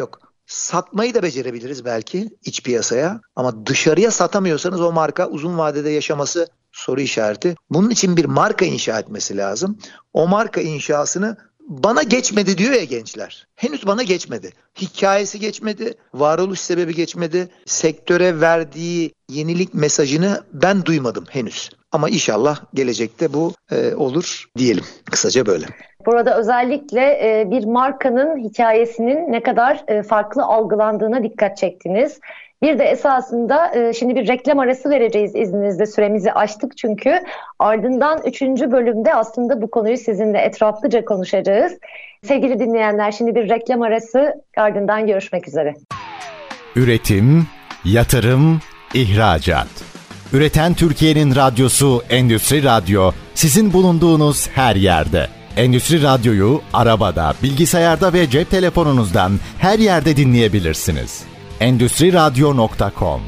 Satmayı da becerebiliriz belki iç piyasaya ama dışarıya satamıyorsanız o marka uzun vadede yaşaması soru işareti. Bunun için bir marka inşa etmesi lazım. O marka inşasını bana geçmedi diyor ya gençler. Henüz bana geçmedi. Hikayesi geçmedi, varoluş sebebi geçmedi. Sektöre verdiği yenilik mesajını ben duymadım henüz. Ama inşallah gelecekte bu e, olur diyelim. Kısaca böyle. Burada özellikle e, bir markanın hikayesinin ne kadar e, farklı algılandığına dikkat çektiniz. Bir de esasında e, şimdi bir reklam arası vereceğiz izninizle, süremizi aştık çünkü. Ardından üçüncü bölümde aslında bu konuyu sizinle etraflıca konuşacağız. Sevgili dinleyenler, şimdi bir reklam arası, ardından görüşmek üzere. Üretim, yatırım, ihracat. Üreten Türkiye'nin radyosu Endüstri Radyo, sizin bulunduğunuz her yerde. Endüstri Radyo'yu arabada, bilgisayarda ve cep telefonunuzdan her yerde dinleyebilirsiniz. endüstri radyo nokta com.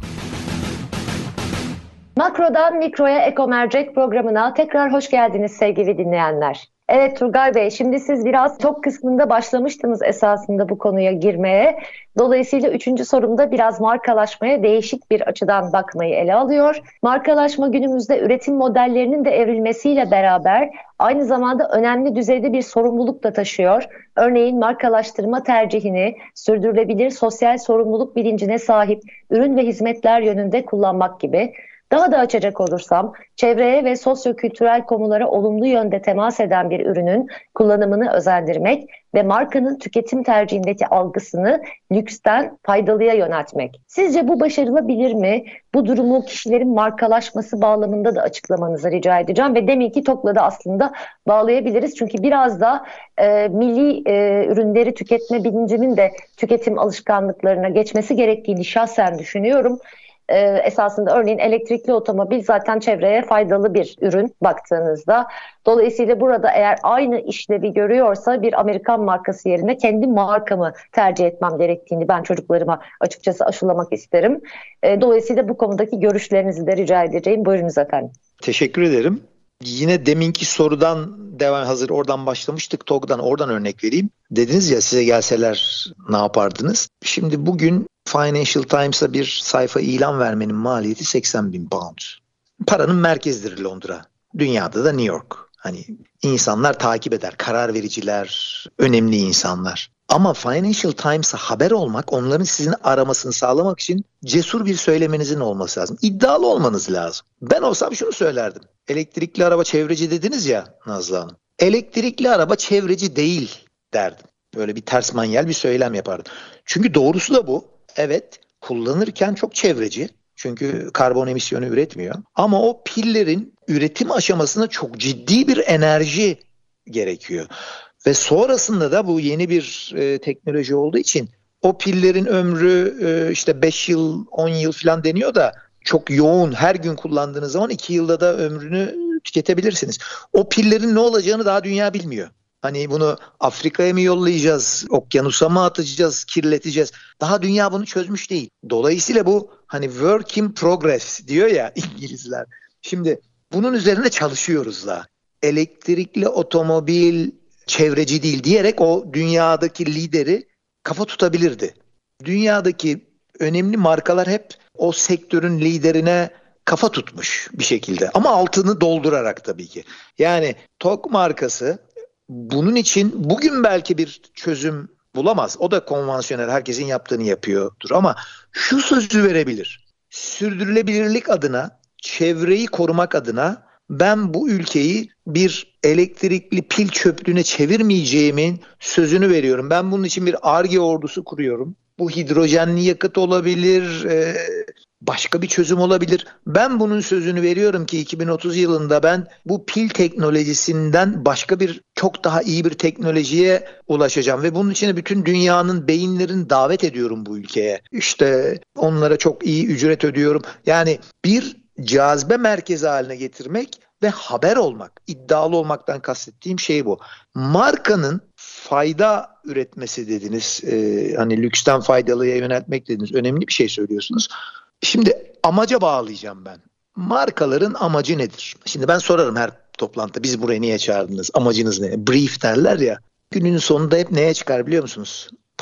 Makrodan Mikro'ya Eko Mercek programına tekrar hoş geldiniz sevgili dinleyenler. Evet Turgay Bey, şimdi siz biraz çok kısmında başlamıştınız esasında bu konuya girmeye. Dolayısıyla üçüncü sorumda biraz markalaşmaya değişik bir açıdan bakmayı ele alıyor. Markalaşma günümüzde üretim modellerinin de evrilmesiyle beraber aynı zamanda önemli düzeyde bir sorumluluk da taşıyor. Örneğin markalaştırma tercihini sürdürülebilir sosyal sorumluluk bilincine sahip ürün ve hizmetler yönünde kullanmak gibi. Daha da açacak olursam, çevreye ve sosyo-kültürel konulara olumlu yönde temas eden bir ürünün kullanımını özendirmek ve markanın tüketim tercihindeki algısını lüksten faydalıya yöneltmek. Sizce bu başarılabilir mi? Bu durumu kişilerin markalaşması bağlamında da açıklamanızı rica edeceğim ve deminki TOK'la da aslında bağlayabiliriz. Çünkü biraz da e, milli e, ürünleri tüketme bilincinin de tüketim alışkanlıklarına geçmesi gerektiğini şahsen düşünüyorum. Ee, esasında örneğin elektrikli otomobil zaten çevreye faydalı bir ürün baktığınızda. Dolayısıyla burada eğer aynı işlevi görüyorsa bir Amerikan markası yerine kendi markamı tercih etmem gerektiğini ben çocuklarıma açıkçası aşılamak isterim. Ee, dolayısıyla bu konudaki görüşlerinizi de rica edeceğim. Buyurunuz efendim. Teşekkür ederim. Yine deminki sorudan devam, hazır oradan başlamıştık. TOG'dan oradan örnek vereyim. Dediniz ya size gelseler ne yapardınız? Şimdi bugün Financial Times'a bir sayfa ilan vermenin maliyeti seksen bin pound. Paranın merkezidir Londra. Dünyada da New York. Hani insanlar takip eder. Karar vericiler, önemli insanlar. Ama Financial Times'a haber olmak, onların sizin aramasını sağlamak için cesur bir söylemenizin olması lazım. İddialı olmanız lazım. Ben olsam şunu söylerdim. Elektrikli araba çevreci dediniz ya Nazlı Hanım. Elektrikli araba çevreci değil derdim. Böyle bir ters manyel bir söylem yapardım. Çünkü doğrusu da bu. Evet, kullanırken çok çevreci. Çünkü karbon emisyonu üretmiyor. Ama o pillerin üretim aşamasında çok ciddi bir enerji gerekiyor. Ve sonrasında da bu yeni bir e, teknoloji olduğu için o pillerin ömrü e, işte beş yıl, on yıl falan deniyor da çok yoğun, her gün kullandığınız zaman iki yılda da ömrünü tüketebilirsiniz. O pillerin ne olacağını daha dünya bilmiyor. Hani bunu Afrika'ya mı yollayacağız, okyanusa mı atacağız, kirleteceğiz? Daha dünya bunu çözmüş değil. Dolayısıyla bu hani work in progress diyor ya İngilizler. Şimdi bunun üzerine çalışıyoruz da. Elektrikli otomobil çevreci değil diyerek o dünyadaki lideri kafa tutabilirdi. Dünyadaki önemli markalar hep o sektörün liderine kafa tutmuş bir şekilde. Ama altını doldurarak tabii ki. Yani TOG markası bunun için bugün belki bir çözüm bulamaz. O da konvansiyonel, herkesin yaptığını yapıyordur. Ama şu sözü verebilir. Sürdürülebilirlik adına, çevreyi korumak adına ben bu ülkeyi bir elektrikli pil çöplüğüne çevirmeyeceğimin sözünü veriyorum. Ben bunun için bir Ar-Ge ordusu kuruyorum. Bu hidrojenli yakıt olabilir, başka bir çözüm olabilir. Ben bunun sözünü veriyorum ki iki bin otuz yılında ben bu pil teknolojisinden başka bir çok daha iyi bir teknolojiye ulaşacağım. Ve bunun için de bütün dünyanın beyinlerini davet ediyorum bu ülkeye. İşte onlara çok iyi ücret ödüyorum. Yani bir cazibe merkezi haline getirmek ve haber olmak, iddialı olmaktan kastettiğim şey bu. Markanın fayda üretmesi dediniz, ee, hani lüksten faydalıya yöneltmek dediniz, önemli bir şey söylüyorsunuz. Şimdi amaca bağlayacağım ben. Markaların amacı nedir? Şimdi ben sorarım her toplantıda, biz buraya niye çağırdınız, amacınız ne? Brief derler ya, günün sonunda hep neye çıkar biliyor musunuz? Para.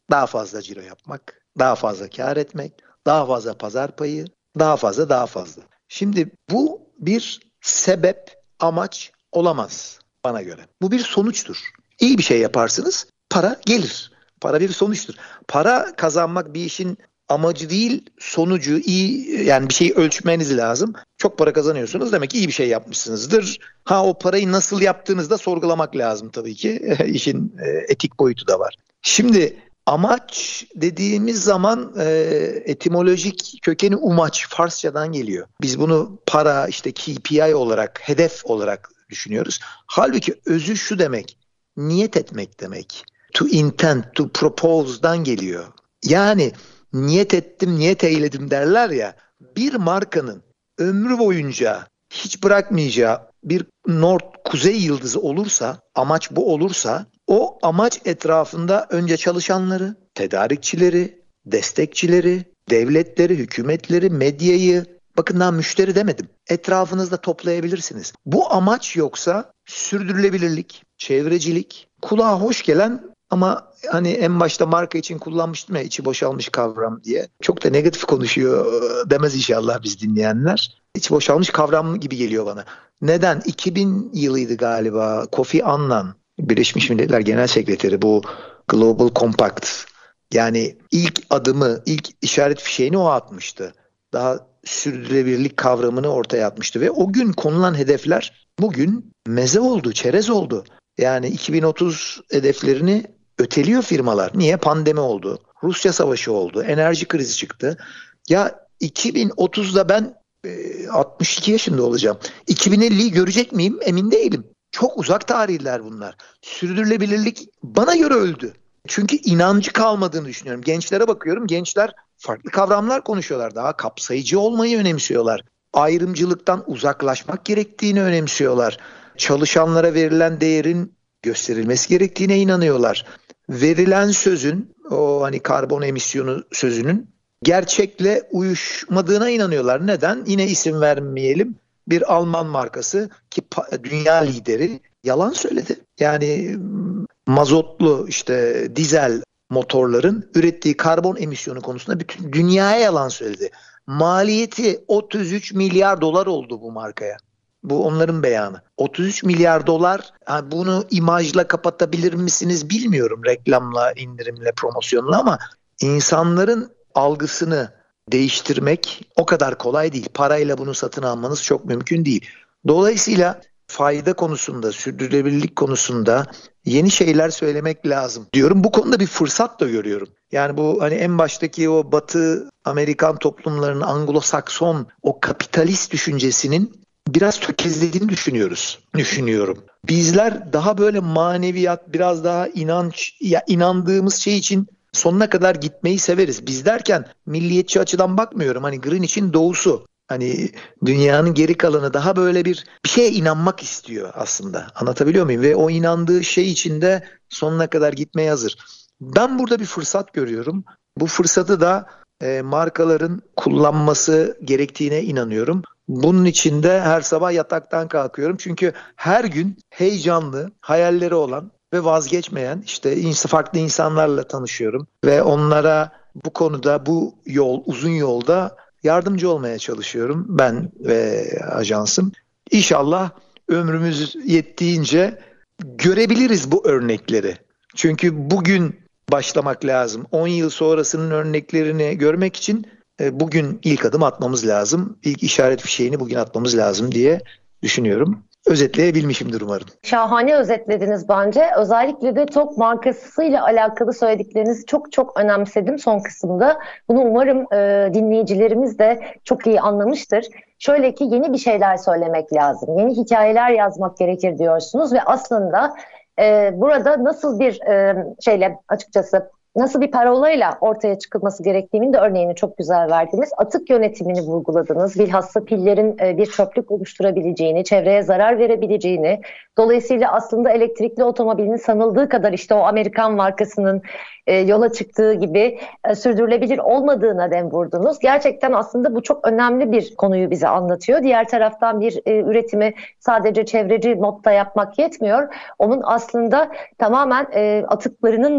Daha fazla ciro yapmak, daha fazla kar etmek, daha fazla pazar payı, daha fazla daha fazla. Şimdi bu bir sebep, amaç olamaz bana göre. Bu bir sonuçtur. İyi bir şey yaparsınız, para gelir. Para bir sonuçtur. Para kazanmak bir işin amacı değil, sonucu. İyi, yani bir şeyi ölçmeniz lazım. Çok para kazanıyorsunuz, demek ki iyi bir şey yapmışsınızdır. Ha, o parayı nasıl yaptığınızı da sorgulamak lazım tabii ki. İşin etik boyutu da var. Şimdi amaç dediğimiz zaman e, etimolojik kökeni umaç, Farsçadan geliyor. Biz bunu para, işte K P I olarak, hedef olarak düşünüyoruz. Halbuki özü şu demek, niyet etmek demek. To intend, to propose'dan geliyor. Yani niyet ettim, niyet eyledim derler ya. Bir markanın ömrü boyunca hiç bırakmayacağı bir North Kuzey yıldızı olursa, amaç bu olursa, o amaç etrafında önce çalışanları, tedarikçileri, destekçileri, devletleri, hükümetleri, medyayı, bakın daha müşteri demedim, etrafınızda toplayabilirsiniz. Bu amaç yoksa sürdürülebilirlik, çevrecilik, kulağa hoş gelen ama hani en başta marka için kullanmıştım ya, içi boşalmış kavram diye. Çok da negatif konuşuyor demez inşallah biz dinleyenler. İçi boşalmış kavram gibi geliyor bana. Neden? iki bin yılıydı galiba. Kofi Annan, Birleşmiş Milletler Genel Sekreteri, bu Global Compact, yani ilk adımı, ilk işaret fişeğini o atmıştı. Daha sürdürülebilirlik kavramını ortaya atmıştı ve o gün konulan hedefler bugün meze oldu, çerez oldu. Yani iki bin otuz hedeflerini öteliyor firmalar. Niye? Pandemi oldu, Rusya savaşı oldu, enerji krizi çıktı. Ya iki bin otuzda ben e, altmış iki yaşında olacağım. iki bin elliyi görecek miyim? Emin değilim. Çok uzak tarihler bunlar. Sürdürülebilirlik bana göre öldü. Çünkü inancı kalmadığını düşünüyorum. Gençlere bakıyorum. Gençler farklı kavramlar konuşuyorlar. Daha kapsayıcı olmayı önemsiyorlar. Ayrımcılıktan uzaklaşmak gerektiğini önemsiyorlar. Çalışanlara verilen değerin gösterilmesi gerektiğine inanıyorlar. Verilen sözün, o hani karbon emisyonu sözünün gerçekle uyuşmadığına inanıyorlar. Neden? Yine isim vermeyelim. Bir Alman markası ki dünya lideri yalan söyledi. Yani mazotlu, işte dizel motorların ürettiği karbon emisyonu konusunda bütün dünyaya yalan söyledi. Maliyeti otuz üç milyar dolar oldu bu markaya. Bu onların beyanı. otuz üç milyar dolar, yani bunu imajla kapatabilir misiniz bilmiyorum, reklamla, indirimle, promosyonla, ama insanların algısını değiştirmek o kadar kolay değil. Parayla bunu satın almanız çok mümkün değil. Dolayısıyla fayda konusunda, sürdürülebilirlik konusunda yeni şeyler söylemek lazım diyorum. Bu konuda bir fırsat da görüyorum. Yani bu hani en baştaki o Batı Amerikan toplumlarının, Anglo-Sakson o kapitalist düşüncesinin biraz tökezlediğini düşünüyoruz. Düşünüyorum. Bizler daha böyle maneviyat, biraz daha inanç, ya inandığımız şey için sonuna kadar gitmeyi severiz. Biz derken milliyetçi açıdan bakmıyorum. Hani Greenwich'in doğusu. Hani dünyanın geri kalanı daha böyle bir bir şeye inanmak istiyor aslında. Anlatabiliyor muyum? Ve o inandığı şey için de sonuna kadar gitmeye hazır. Ben burada bir fırsat görüyorum. Bu fırsatı da e, markaların kullanması gerektiğine inanıyorum. Bunun için de her sabah yataktan kalkıyorum. Çünkü her gün heyecanlı, hayalleri olan ve vazgeçmeyen işte farklı insanlarla tanışıyorum. Ve onlara bu konuda, bu yol, uzun yolda yardımcı olmaya çalışıyorum ben ve ajansım. İnşallah ömrümüz yettiğince görebiliriz bu örnekleri. Çünkü bugün başlamak lazım. on yıl sonrasının örneklerini görmek için bugün ilk adım atmamız lazım. İlk işaret fişeğini bugün atmamız lazım diye düşünüyorum. Özetleyebilmişimdir umarım. Şahane özetlediniz bence. Özellikle de Tok markasıyla alakalı söylediklerinizi çok çok önemsedim son kısımda. Bunu umarım e, dinleyicilerimiz de çok iyi anlamıştır. Şöyle ki yeni bir şeyler söylemek lazım. Yeni hikayeler yazmak gerekir diyorsunuz ve aslında e, burada nasıl bir e, şeyle açıkçası nasıl bir parolayla ortaya çıkılması gerektiğinin de örneğini çok güzel verdiniz. Atık yönetimini vurguladınız. Bilhassa pillerin bir çöplük oluşturabileceğini, çevreye zarar verebileceğini, dolayısıyla aslında elektrikli otomobilin sanıldığı kadar işte o Amerikan markasının yola çıktığı gibi sürdürülebilir olmadığına dem vurdunuz. Gerçekten aslında bu çok önemli bir konuyu bize anlatıyor. Diğer taraftan bir üretimi sadece çevreci modda yapmak yetmiyor. Onun aslında tamamen atıklarının da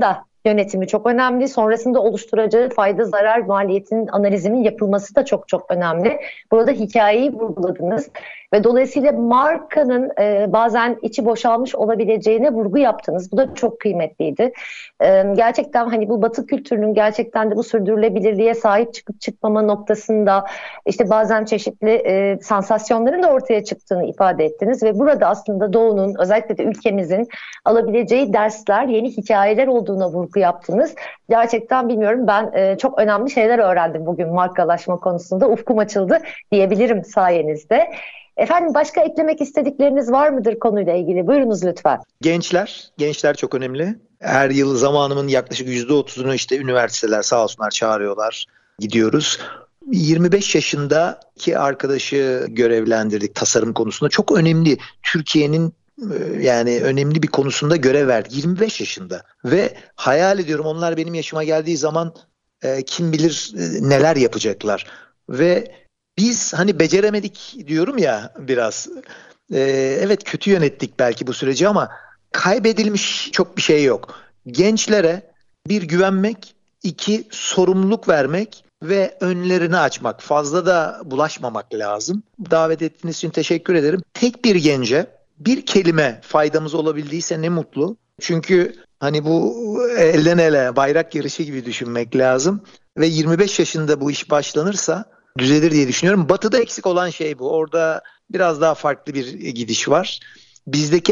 yönetimi çok önemli. Sonrasında oluşturacağı fayda zarar maliyetinin analizinin yapılması da çok çok önemli. Burada hikayeyi vurguladınız ve dolayısıyla markanın e, bazen içi boşalmış olabileceğine vurgu yaptınız. Bu da çok kıymetliydi. E, gerçekten hani bu Batı kültürünün gerçekten de bu sürdürülebilirliğe sahip çıkıp çıkmama noktasında işte bazen çeşitli e, sansasyonların da ortaya çıktığını ifade ettiniz ve burada aslında Doğu'nun, özellikle de ülkemizin alabileceği dersler, yeni hikayeler olduğuna vurgu yaptınız. Gerçekten bilmiyorum, ben e, çok önemli şeyler öğrendim bugün markalaşma konusunda. Ufkum açıldı diyebilirim sayenizde. Efendim, başka eklemek istedikleriniz var mıdır konuyla ilgili? Buyurunuz lütfen. Gençler, gençler çok önemli. Her yıl zamanımın yaklaşık yüzde otuzunu işte üniversiteler sağ olsunlar çağırıyorlar, gidiyoruz. yirmi beş yaşındaki arkadaşı görevlendirdik tasarım konusunda. Çok önemli, Türkiye'nin yani önemli bir konusunda görev verdik. yirmi beş yaşında ve hayal ediyorum onlar benim yaşıma geldiği zaman e, kim bilir e, neler yapacaklar. Ve biz hani beceremedik diyorum ya biraz. E, evet kötü yönettik belki bu süreci ama kaybedilmiş çok bir şey yok. Gençlere bir güvenmek, iki sorumluluk vermek ve önlerini açmak. Fazla da bulaşmamak lazım. Davet ettiğiniz için teşekkür ederim. Tek bir gence bir kelime faydamız olabildiyse ne mutlu. Çünkü hani bu elden ele bayrak yarışı gibi düşünmek lazım. Ve yirmi beş yaşında bu iş başlanırsa düzelir diye düşünüyorum. Batı'da eksik olan şey bu. Orada biraz daha farklı bir gidiş var. Bizdeki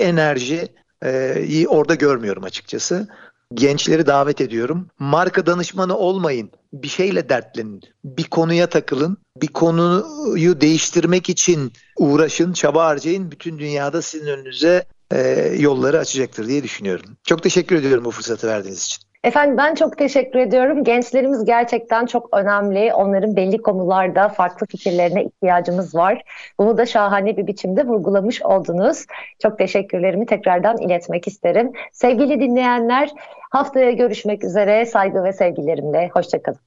enerjiyi orada görmüyorum açıkçası. Gençleri davet ediyorum. Marka danışmanı olmayın. Bir şeyle dertlenin. Bir konuya takılın. Bir konuyu değiştirmek için uğraşın, çaba harcayın. Bütün dünyada sizin önünüze e, yolları açacaktır diye düşünüyorum. Çok teşekkür ediyorum bu fırsatı verdiğiniz için. Efendim, ben çok teşekkür ediyorum. Gençlerimiz gerçekten çok önemli. Onların belli konularda farklı fikirlerine ihtiyacımız var. Bunu da şahane bir biçimde vurgulamış oldunuz. Çok teşekkürlerimi tekrardan iletmek isterim. Sevgili dinleyenler, haftaya görüşmek üzere. Saygı ve sevgilerimle. Hoşça kalın.